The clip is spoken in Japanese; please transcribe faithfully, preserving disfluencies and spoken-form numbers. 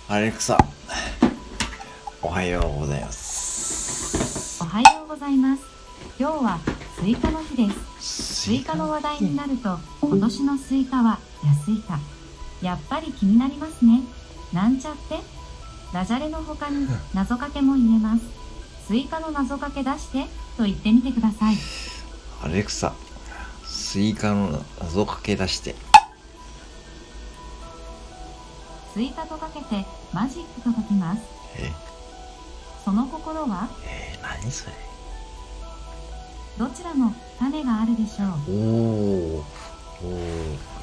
アレクサ、おはようございます。 おはようございます。今日はスイカの日です。スイカの話題になると、今年のスイカは安いかやっぱり気になりますね。なんちゃってダジャレの他に謎かけも言えます。スイカの謎かけ出してと言ってみてください。 アレクサ、スイカの謎かけ出して。 スイカとかけてマジックと解きます。 えその心はえー、何それ。 どちらも種があるでしょう。 おーおー